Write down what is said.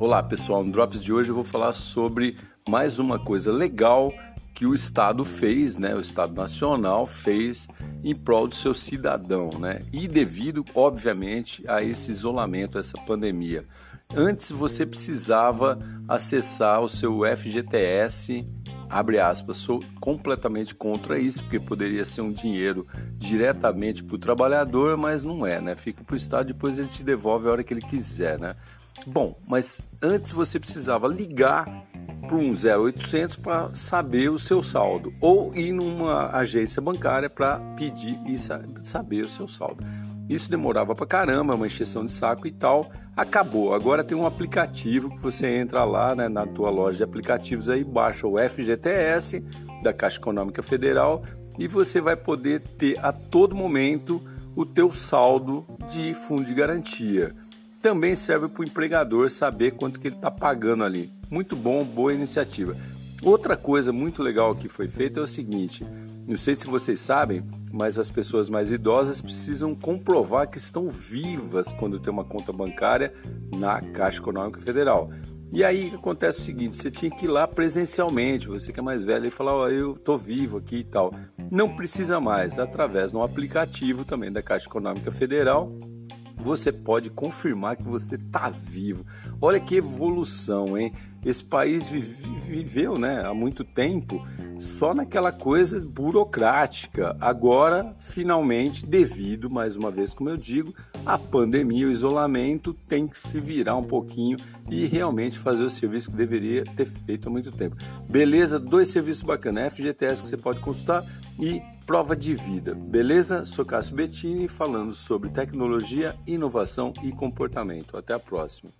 Olá pessoal, no Drops de hoje eu vou falar sobre mais uma coisa legal que o Estado fez, né? O Estado Nacional fez em prol do seu cidadão, né? E devido, obviamente, a esse isolamento, a essa pandemia. Antes você precisava acessar o seu FGTS, abre aspas, sou completamente contra isso, porque poderia ser um dinheiro diretamente para o trabalhador, mas não é, né? Fica para o Estado, depois ele te devolve a hora que ele quiser, né? Bom, mas antes você precisava ligar para um 0800 para saber o seu saldo ou ir numa agência bancária para pedir e saber o seu saldo. Isso demorava pra caramba, uma encheção de saco e tal. Acabou. Agora tem um aplicativo que você entra lá, né, na tua loja de aplicativos aí, baixa o FGTS da Caixa Econômica Federal e você vai poder ter a todo momento o teu saldo de fundo de garantia. Também serve para o empregador saber quanto que ele está pagando ali. Muito bom, boa iniciativa. Outra coisa muito legal que foi feita é o seguinte, não sei se vocês sabem, mas as pessoas mais idosas precisam comprovar que estão vivas quando tem uma conta bancária na Caixa Econômica Federal. E aí acontece o seguinte, você tinha que ir lá presencialmente, você que é mais velho, e falar, ó, eu tô vivo aqui e tal. Não precisa mais, através de um aplicativo também da Caixa Econômica Federal, você pode confirmar que você está vivo. Olha que evolução, hein? Esse país viveu, né, há muito tempo só naquela coisa burocrática. Agora, finalmente, devido, mais uma vez, como eu digo, à pandemia, o isolamento, tem que se virar um pouquinho e realmente fazer o serviço que deveria ter feito há muito tempo. Beleza? 2 serviços bacanas, FGTS que você pode consultar e Prova de Vida. Beleza? Sou Cássio Bettini falando sobre tecnologia, inovação e comportamento. Até a próxima.